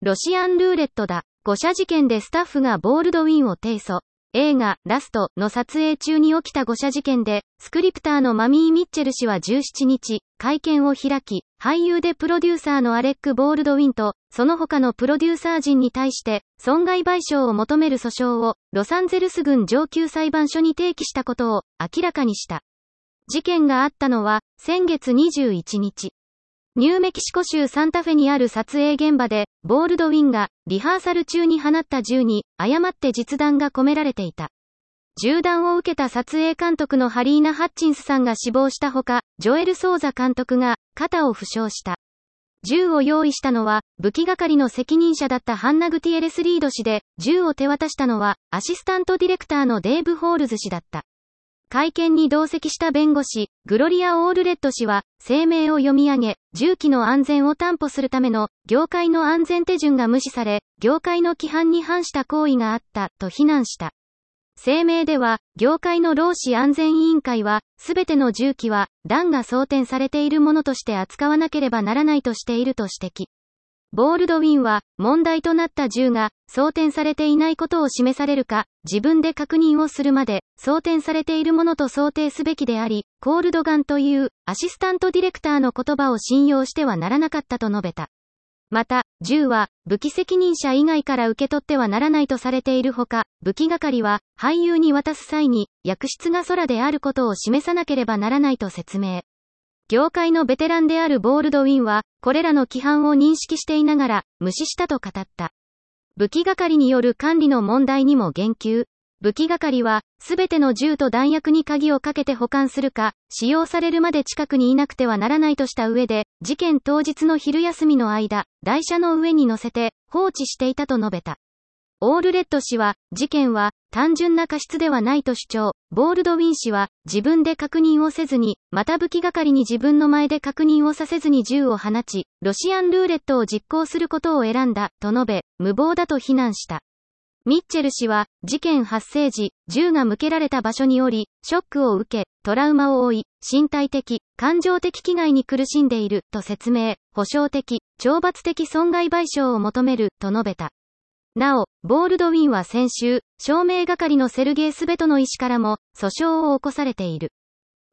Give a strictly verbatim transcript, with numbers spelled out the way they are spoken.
ロシアンルーレットだ。誤射事件でスタッフがボールドウィンを提訴。映画、ラストの撮影中に起きた誤射事件で、スクリプターのマミー・ミッチェル氏はじゅうしちにち、会見を開き、俳優でプロデューサーのアレック・ボールドウィンと、その他のプロデューサー陣に対して、損害賠償を求める訴訟を、ロサンゼルス郡上級裁判所に提起したことを、明らかにした。事件があったのは、先月にじゅういちにち。ニューメキシコ州サンタフェにある撮影現場で、ボールドウィンが、リハーサル中に放った銃に、誤って実弾が込められていた。銃弾を受けた撮影監督のハリーナ・ハッチンスさんが死亡したほか、ジョエル・ソーザ監督が、肩を負傷した。銃を用意したのは、武器係の責任者だったハンナ・グティエレス・リード氏で、銃を手渡したのは、アシスタントディレクターのデーブ・ホールズ氏だった。会見に同席した弁護士、グロリア・オールレッド氏は、声明を読み上げ、銃器の安全を担保するための、業界の安全手順が無視され、業界の規範に反した行為があった、と非難した。声明では、業界の労使安全委員会は、すべての銃器は、弾が装填されているものとして扱わなければならないとしていると指摘。ボールドウィンは、問題となった銃が、装填されていないことを示されるか、自分で確認をするまで、装填されているものと想定すべきであり、コールドガンという、アシスタントディレクターの言葉を信用してはならなかったと述べた。また、銃は、武器責任者以外から受け取ってはならないとされているほか、武器係は、俳優に渡す際に、薬室が空であることを示さなければならないと説明。業界のベテランであるボールドウィンは、これらの規範を認識していながら、無視したと語った。武器係による管理の問題にも言及。武器係は、すべての銃と弾薬に鍵をかけて保管するか、使用されるまで近くにいなくてはならないとした上で、事件当日の昼休みの間、台車の上に乗せて、放置していたと述べた。オールレッド氏は、事件は、単純な過失ではないと主張。ボールドウィン氏は、自分で確認をせずに、また武器係に自分の前で確認をさせずに銃を放ち、ロシアンルーレットを実行することを選んだ、と述べ、無謀だと非難した。ミッチェル氏は、事件発生時、銃が向けられた場所におり、ショックを受け、トラウマを負い、身体的、感情的危害に苦しんでいる、と説明、補償的、懲罰的損害賠償を求める、と述べた。なお、ボールドウィンは先週、照明係のセルゲイ・スベトの医師からも、訴訟を起こされている。